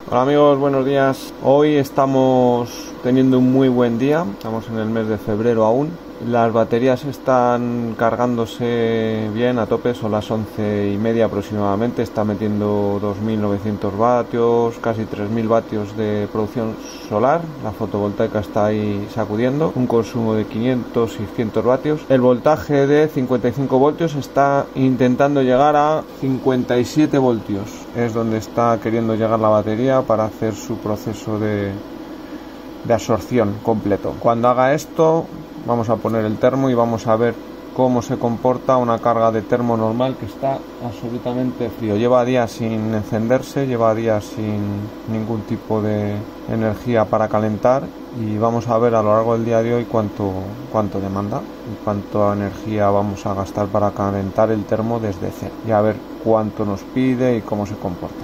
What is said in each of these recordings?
Hola amigos, buenos días. Hoy estamos teniendo un muy buen día, estamos en el mes de febrero aún. Las baterías están cargándose bien a tope, son las 11:30 aproximadamente, está metiendo 2.900 vatios, casi 3.000 vatios de producción solar, la fotovoltaica está ahí sacudiendo, un consumo de 500-600 vatios. El voltaje de 55 voltios está intentando llegar a 57 voltios, es donde está queriendo llegar la batería para hacer su proceso de absorción completo. Cuando haga esto, vamos a poner el termo y vamos a ver cómo se comporta una carga de termo normal que está absolutamente frío. Lleva días sin encenderse, lleva días sin ningún tipo de energía para calentar y vamos a ver a lo largo del día de hoy cuánto demanda y cuánta energía vamos a gastar para calentar el termo desde cero y a ver cuánto nos pide y cómo se comporta.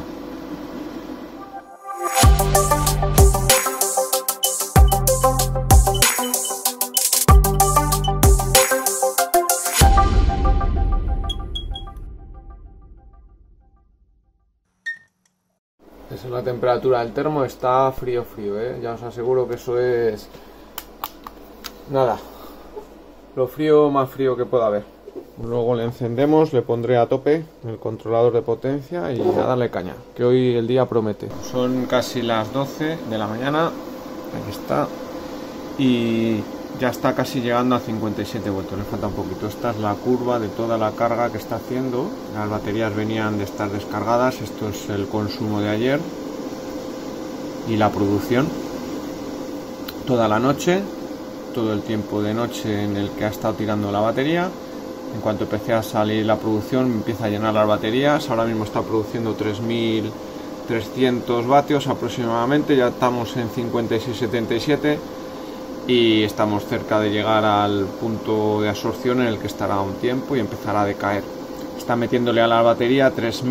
Esa es la temperatura del termo, está frío, ya os aseguro que eso es nada, lo frío más frío que pueda haber. Luego le encendemos, le pondré a tope el controlador de potencia y a darle caña, que hoy el día promete. Son casi las 12 de la mañana, aquí está, y ya está casi llegando a 57 voltios, le falta un poquito. Esta es la curva de toda la carga que está haciendo. Las baterías venían de estar descargadas, esto es el consumo de ayer y la producción toda la noche, todo el tiempo de noche en el que ha estado tirando la batería. En cuanto empecé a salir la producción, empieza a llenar las baterías. Ahora mismo está produciendo 3.300 vatios aproximadamente, ya estamos en 56-77 y estamos cerca de llegar al punto de absorción en el que estará un tiempo y empezará a decaer. Está metiéndole a la batería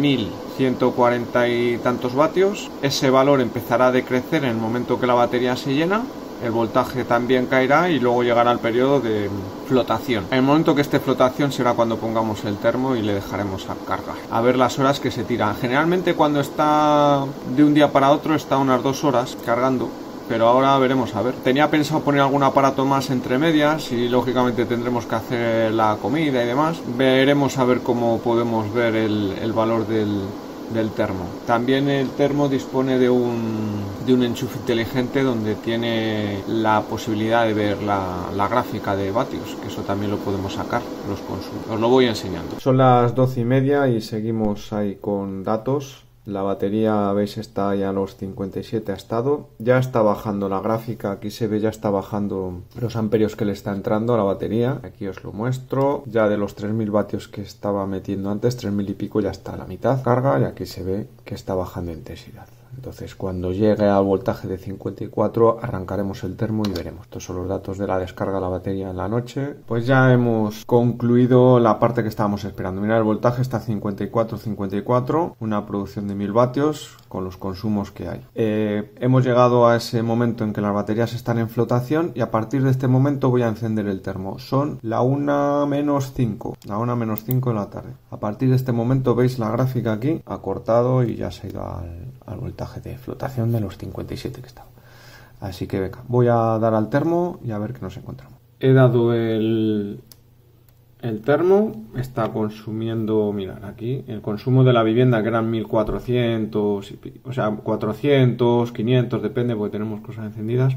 3.140 y tantos vatios. Ese valor empezará a decrecer en el momento que la batería se llena. El voltaje también caerá y luego llegará el periodo de flotación. En el momento que esté flotación será cuando pongamos el termo y le dejaremos a cargar. A ver las horas que se tiran. Generalmente cuando está de un día para otro está unas 2 horas cargando. Pero ahora veremos a ver. Tenía pensado poner algún aparato más entre medias y lógicamente tendremos que hacer la comida y demás. Veremos a ver cómo podemos ver el valor del termo. También el termo dispone de un enchufe inteligente donde tiene la posibilidad de ver la gráfica de vatios, que eso también lo podemos sacar, los consumos. Os lo voy enseñando. Son las 12:30 y seguimos ahí con datos. La batería, veis, está ya a los 57 ha estado. Ya está bajando la gráfica, aquí se ve, ya está bajando los amperios que le está entrando a la batería. Aquí os lo muestro. Ya de los 3.000 vatios que estaba metiendo antes, 3.000 y pico, ya está a la mitad carga y aquí se ve que está bajando intensidad. Entonces cuando llegue al voltaje de 54 arrancaremos el termo y veremos. Estos son los datos de la descarga de la batería en la noche. Pues ya hemos concluido la parte que estábamos esperando. Mirad, el voltaje está a 54, una producción de 1.000 vatios con los consumos que hay. Hemos llegado a ese momento en que las baterías están en flotación y a partir de este momento voy a encender el termo. Son la 1:05, la 1:05 de la tarde. A partir de este momento veis la gráfica aquí, ha cortado y ya se ha ido al voltaje de flotación de los 57 que estaba. Así que venga, voy a dar al termo y a ver qué nos encontramos. He dado el termo, está consumiendo, mirad aquí, el consumo de la vivienda que eran 1.400, o sea, 400, 500, depende porque tenemos cosas encendidas.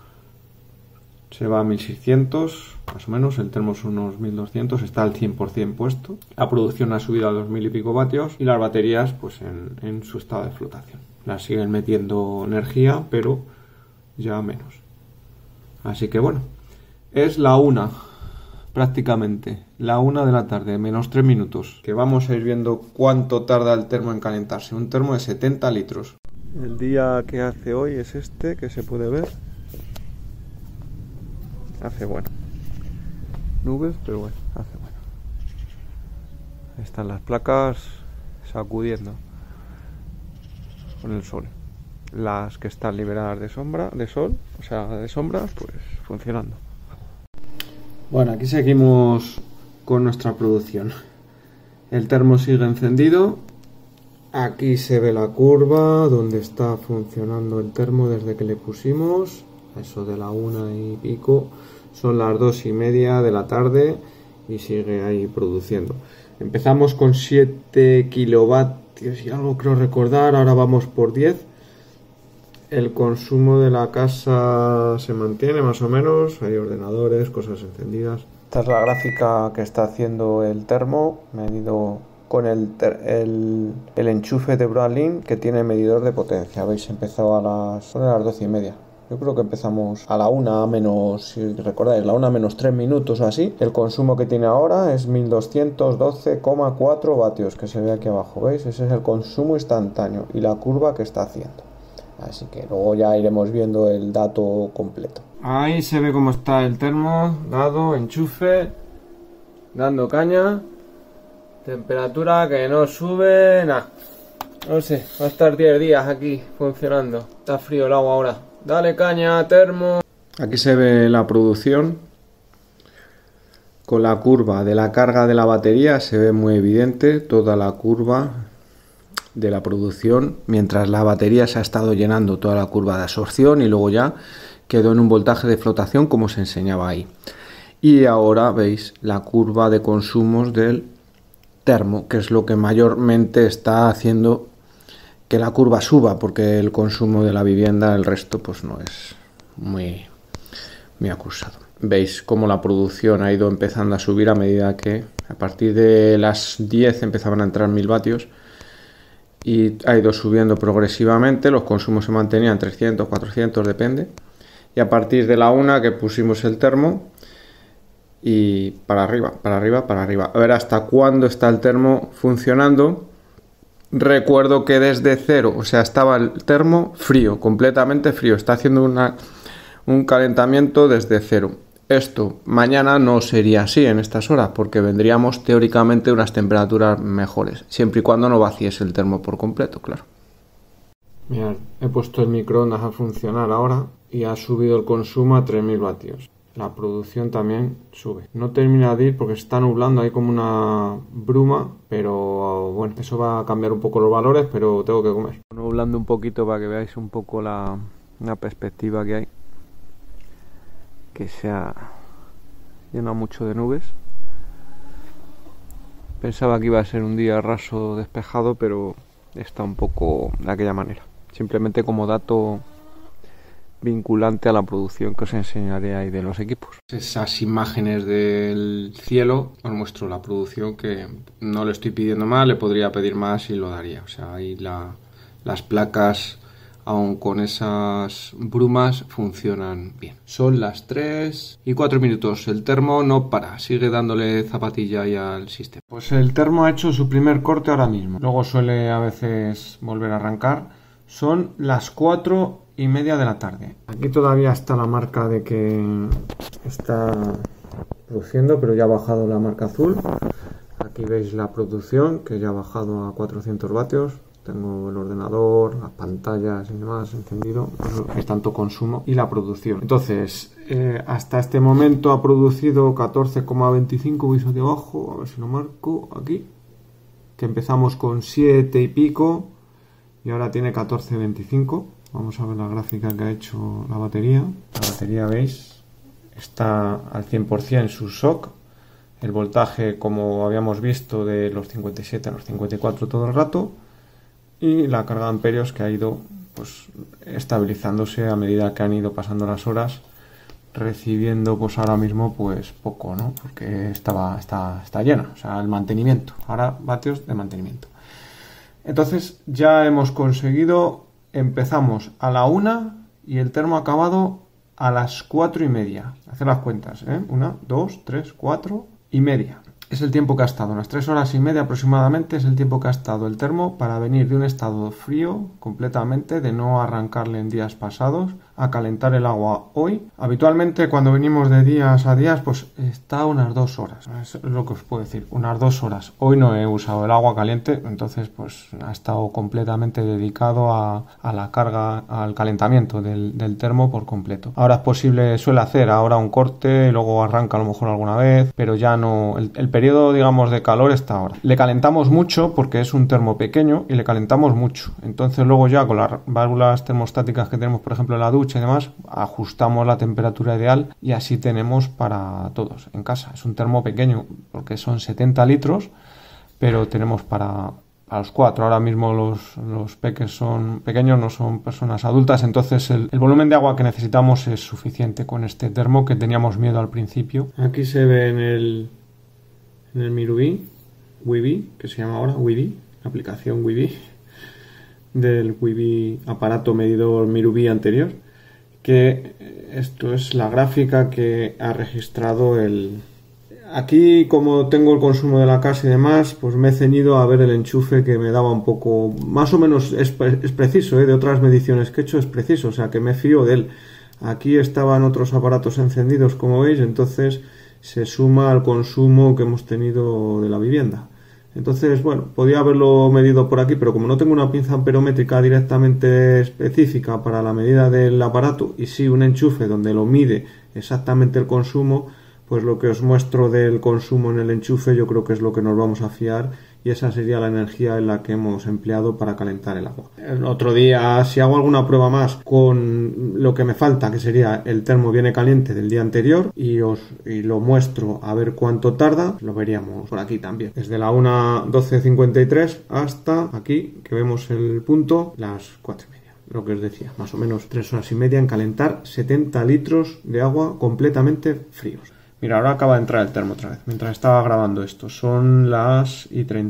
Se va a 1.600, más o menos, el termo son unos 1.200, está al 100% puesto. La producción ha subido a 2.000 y pico vatios y las baterías pues en su estado de flotación. Las siguen metiendo energía, pero ya menos. Así que bueno, es la 1, prácticamente, la 1 de la tarde, menos 3 minutos. Que vamos a ir viendo cuánto tarda el termo en calentarse. Un termo de 70 litros. El día que hace hoy es este, que se puede ver. Hace bueno, nubes, pero bueno, hace bueno. Están las placas sacudiendo con el sol. Las que están liberadas de sombra, de sol, o sea, de sombras, pues funcionando. Bueno, aquí seguimos con nuestra producción. El termo sigue encendido Aquí se ve la curva donde está funcionando el termo desde que le pusimos. Eso de la 1 y pico. Son las 2:30 de la tarde y sigue ahí produciendo. Empezamos con 7 kilovatios y algo creo recordar. Ahora vamos por 10. El consumo de la casa se mantiene más o menos. Hay ordenadores, cosas encendidas. Esta es la gráfica que está haciendo el termo, medido con el enchufe de Broadlink que tiene medidor de potencia. Habéis empezado a las 12:30. Yo creo que empezamos a la 1 menos, si recordáis, la 1 menos 3 minutos o así. El consumo que tiene ahora es 1212,4 vatios, que se ve aquí abajo, ¿veis? Ese es el consumo instantáneo y la curva que está haciendo. Así que luego ya iremos viendo el dato completo. Ahí se ve cómo está el termo, dado, enchufe, dando caña. Temperatura que no sube, nada. No sé, va a estar 10 días aquí funcionando. Está frío el agua ahora. Dale caña, termo. Aquí se ve la producción. Con la curva de la carga de la batería se ve muy evidente toda la curva de la producción. Mientras la batería se ha estado llenando toda la curva de absorción y luego ya quedó en un voltaje de flotación como se enseñaba ahí. Y ahora veis la curva de consumos del termo, que es lo que mayormente está haciendo que la curva suba, porque el consumo de la vivienda, el resto pues no es muy acusado. Veis cómo la producción ha ido empezando a subir a medida que a partir de las 10 empezaban a entrar 1000 vatios y ha ido subiendo progresivamente. Los consumos se mantenían 300, 400, depende, y a partir de la 1 que pusimos el termo y para arriba, para arriba, para arriba. A ver hasta cuándo está el termo funcionando. Recuerdo que desde cero, o sea, estaba el termo frío, completamente frío. Está haciendo un calentamiento desde cero. Esto mañana no sería así en estas horas, porque vendríamos teóricamente unas temperaturas mejores, siempre y cuando no vacíes el termo por completo, claro. Mirad, he puesto el microondas a funcionar ahora y ha subido el consumo a 3000 vatios. La producción también sube. No termina de ir porque se está nublando, hay como una bruma, pero bueno, eso va a cambiar un poco los valores, pero tengo que comer. Nublando un poquito para que veáis un poco la perspectiva que hay, que se ha llenado mucho de nubes. Pensaba que iba a ser un día raso despejado, pero está un poco de aquella manera. Simplemente como dato vinculante a la producción que os enseñaré ahí de los equipos. Esas imágenes del cielo os muestro la producción, que no le estoy pidiendo más, le podría pedir más y lo daría. O sea, ahí las placas, aun con esas brumas, funcionan bien. Son las 3:04. El termo no para, sigue dándole zapatilla ahí al sistema. Pues el termo ha hecho su primer corte ahora mismo. Luego suele a veces volver a arrancar. Son las 4:30 de la tarde. Aquí todavía está la marca de que está produciendo, pero ya ha bajado la marca azul. Aquí veis la producción, que ya ha bajado a 400 vatios. Tengo el ordenador, las pantallas y demás encendido, hay tanto consumo y la producción. Entonces, hasta este momento ha producido 14,25, veis aquí abajo, a ver si lo marco aquí, que empezamos con 7 y pico y ahora tiene 14,25. Vamos a ver la gráfica que ha hecho la batería. La batería, veis, está al 100% su shock. El voltaje, como habíamos visto, de los 57 a los 54 todo el rato. Y la carga de amperios que ha ido pues estabilizándose a medida que han ido pasando las horas, recibiendo pues ahora mismo pues poco, ¿no? Porque está llena, o sea, el mantenimiento. Ahora vatios de mantenimiento. Entonces ya hemos conseguido, empezamos a la 1 y el termo ha acabado a las 4:30. Hacer las cuentas, ¿eh? 1, 2, 3, 4:30. Es el tiempo que ha estado, unas 3:30 aproximadamente es el tiempo que ha estado el termo para venir de un estado frío completamente, de no arrancarle en días pasados, a calentar el agua hoy. Habitualmente cuando venimos de días a días pues está unas 2 horas, es lo que os puedo decir, unas 2 horas. Hoy no he usado el agua caliente, entonces pues ha estado completamente dedicado a la carga, al calentamiento del termo por completo. Ahora es posible, suele hacer ahora un corte, luego arranca a lo mejor alguna vez, pero ya no, el periodo digamos de calor está ahora. Le calentamos mucho porque es un termo pequeño y le calentamos mucho, entonces luego ya con las válvulas termostáticas que tenemos por ejemplo en la ducha y demás, ajustamos la temperatura ideal y así tenemos para todos en casa. Es un termo pequeño porque son 70 litros, pero tenemos para los 4. Ahora mismo los peques son pequeños, no son personas adultas, entonces el volumen de agua que necesitamos es suficiente con este termo que teníamos miedo al principio. Aquí se ve en el Mirubi, Wibi, que se llama ahora Wibi, la aplicación Wibi, del Wibi aparato medidor Mirubi anterior, que esto es la gráfica que ha registrado el... Aquí, como tengo el consumo de la casa y demás, pues me he ceñido a ver el enchufe que me daba un poco... Más o menos es preciso, de otras mediciones que he hecho es preciso, o sea que me fío de él. Aquí estaban otros aparatos encendidos, como veis, entonces se suma al consumo que hemos tenido de la vivienda. Entonces, bueno, podía haberlo medido por aquí, pero como no tengo una pinza amperométrica directamente específica para la medida del aparato y sí un enchufe donde lo mide exactamente el consumo, pues lo que os muestro del consumo en el enchufe yo creo que es lo que nos vamos a fiar y esa sería la energía en la que hemos empleado para calentar el agua. El otro día, si hago alguna prueba más con lo que me falta, que sería el termo viene caliente del día anterior y lo muestro a ver cuánto tarda, lo veríamos por aquí también. Desde la 1:12:53 hasta aquí, que vemos el punto, las 4:30. Lo que os decía, más o menos 3 horas y media en calentar 70 litros de agua completamente fríos. Mira, ahora acaba de entrar el termo otra vez, mientras estaba grabando esto. Son las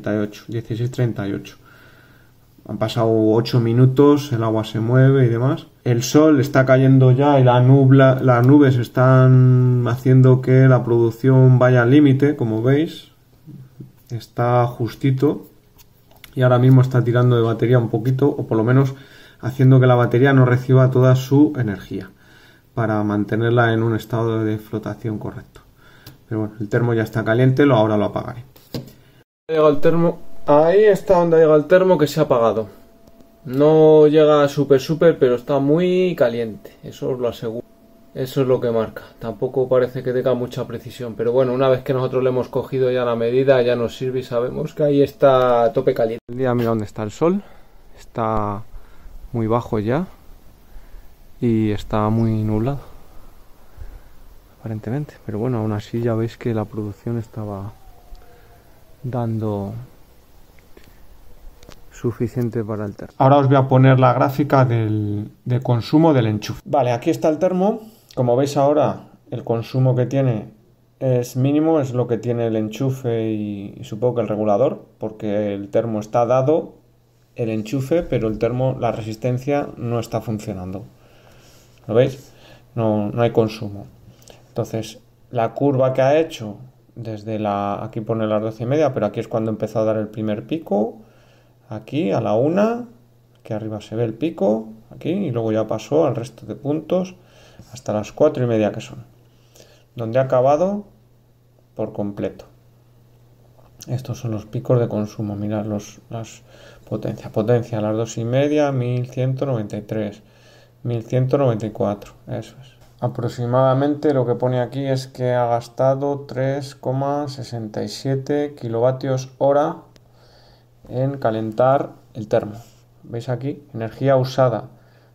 16:38. Han pasado 8 minutos, el agua se mueve y demás. El sol está cayendo ya y las nubes están haciendo que la producción vaya al límite, como veis. Está justito y ahora mismo está tirando de batería un poquito, o por lo menos haciendo que la batería no reciba toda su energía para mantenerla en un estado de flotación correcto. Pero bueno, el termo ya está caliente, ahora lo apagaré. Llega el termo, ahí está donde llega el termo, que se ha apagado. No llega súper, pero está muy caliente, eso os lo aseguro. Eso es lo que marca. Tampoco parece que tenga mucha precisión, pero bueno, una vez que nosotros le hemos cogido ya la medida, ya nos sirve y sabemos que ahí está a tope caliente. El día, mira dónde está el sol, está muy bajo ya y está muy nublado, aparentemente, pero bueno, aún así ya veis que la producción estaba dando suficiente para el termo. Ahora os voy a poner la gráfica de consumo del enchufe. Vale, aquí está el termo. Como veis ahora, el consumo que tiene es mínimo, es lo que tiene el enchufe y supongo que el regulador, porque el termo está dado, el enchufe, pero el termo, la resistencia no está funcionando. ¿Lo veis? No hay consumo. Entonces, la curva que ha hecho desde aquí pone las 12:30, pero aquí es cuando empezó a dar el primer pico. Aquí a la 1, que arriba se ve el pico, aquí, y luego ya pasó al resto de puntos hasta las 4:30 que son, donde ha acabado por completo. Estos son los picos de consumo. Mirad las potencias. Potencia a las 2:30, 1193, 1194, eso es. Aproximadamente lo que pone aquí es que ha gastado 3,67 kilovatios hora en calentar el termo. ¿Veis aquí? Energía usada,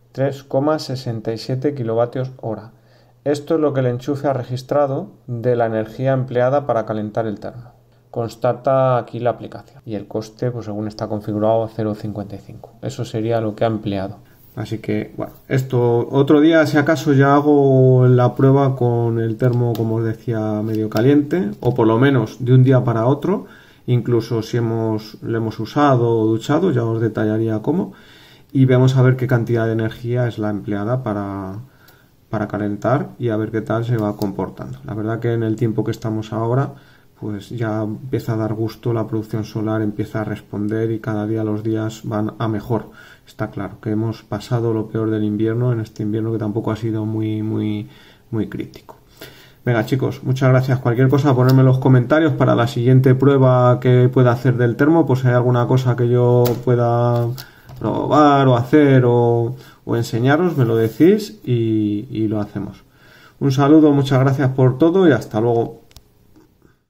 3,67 kilovatios hora. Esto es lo que el enchufe ha registrado de la energía empleada para calentar el termo. Constata aquí la aplicación. Y el coste, pues según está configurado, a 0,55. Eso sería lo que ha empleado. Así que, bueno, esto otro día, si acaso, ya hago la prueba con el termo, como os decía, medio caliente, o por lo menos de un día para otro. Incluso si lo hemos usado o duchado, ya os detallaría cómo. Y vamos a ver qué cantidad de energía es la empleada para calentar y a ver qué tal se va comportando. La verdad que en el tiempo que estamos ahora, pues ya empieza a dar gusto, la producción solar empieza a responder y cada día los días van a mejor. Está claro que hemos pasado lo peor del invierno, en este invierno que tampoco ha sido muy crítico. Venga chicos, muchas gracias. Cualquier cosa ponedme en los comentarios para la siguiente prueba que pueda hacer del termo, pues si hay alguna cosa que yo pueda probar o hacer o enseñaros, me lo decís y lo hacemos. Un saludo, muchas gracias por todo y hasta luego.